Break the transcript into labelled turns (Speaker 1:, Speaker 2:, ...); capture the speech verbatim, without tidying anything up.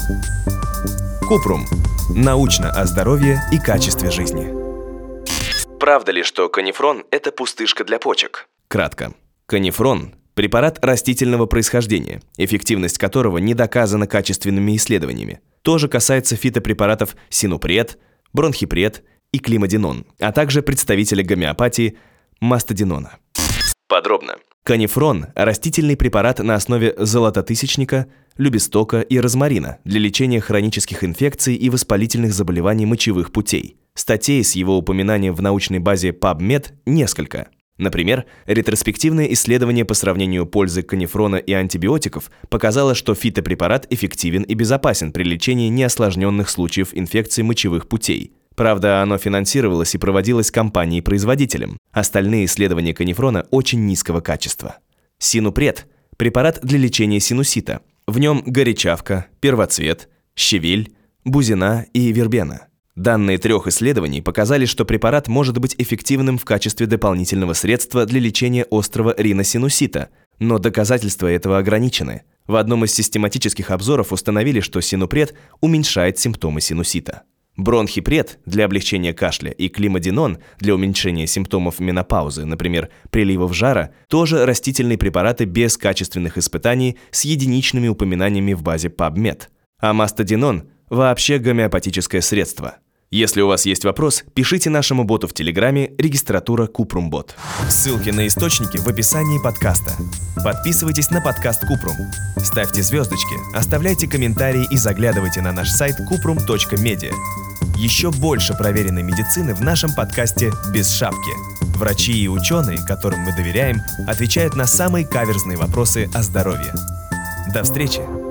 Speaker 1: Купрум. Научно о здоровье и качестве жизни.
Speaker 2: Правда ли, что канифрон – это пустышка для почек?
Speaker 1: Кратко. Канифрон – препарат растительного происхождения, эффективность которого не доказана качественными исследованиями. То же касается фитопрепаратов синупред, бронхипред и климадинон, а также представителя гомеопатии мастодинона.
Speaker 2: Подробно.
Speaker 1: Канифрон – растительный препарат на основе золототысячника, любестока и розмарина для лечения хронических инфекций и воспалительных заболеваний мочевых путей. Статей с его упоминанием в научной базе PubMed несколько. Например, ретроспективное исследование по сравнению пользы канифрона и антибиотиков показало, что фитопрепарат эффективен и безопасен при лечении неосложненных случаев инфекций мочевых путей. Правда, оно финансировалось и проводилось компанией-производителем. Остальные исследования канифрона очень низкого качества. Синупред – препарат для лечения синусита. В нем горячавка, первоцвет, щавель, бузина и вербена. Данные трех исследований показали, что препарат может быть эффективным в качестве дополнительного средства для лечения острого риносинусита, но доказательства этого ограничены. В одном из систематических обзоров установили, что синупред уменьшает симптомы синусита. Бронхипред для облегчения кашля и климадинон для уменьшения симптомов менопаузы, например, приливов жара, тоже растительные препараты без качественных испытаний с единичными упоминаниями в базе PubMed. А мастодинон – вообще гомеопатическое средство. Если у вас есть вопрос, пишите нашему боту в Телеграме регистратура Купрумбот. Ссылки на источники в описании подкаста. Подписывайтесь на подкаст Купрум. Ставьте звездочки, оставляйте комментарии и заглядывайте на наш сайт купрум точка медиа. Еще больше проверенной медицины в нашем подкасте «Без шапки». Врачи и ученые, которым мы доверяем, отвечают на самые каверзные вопросы о здоровье. До встречи!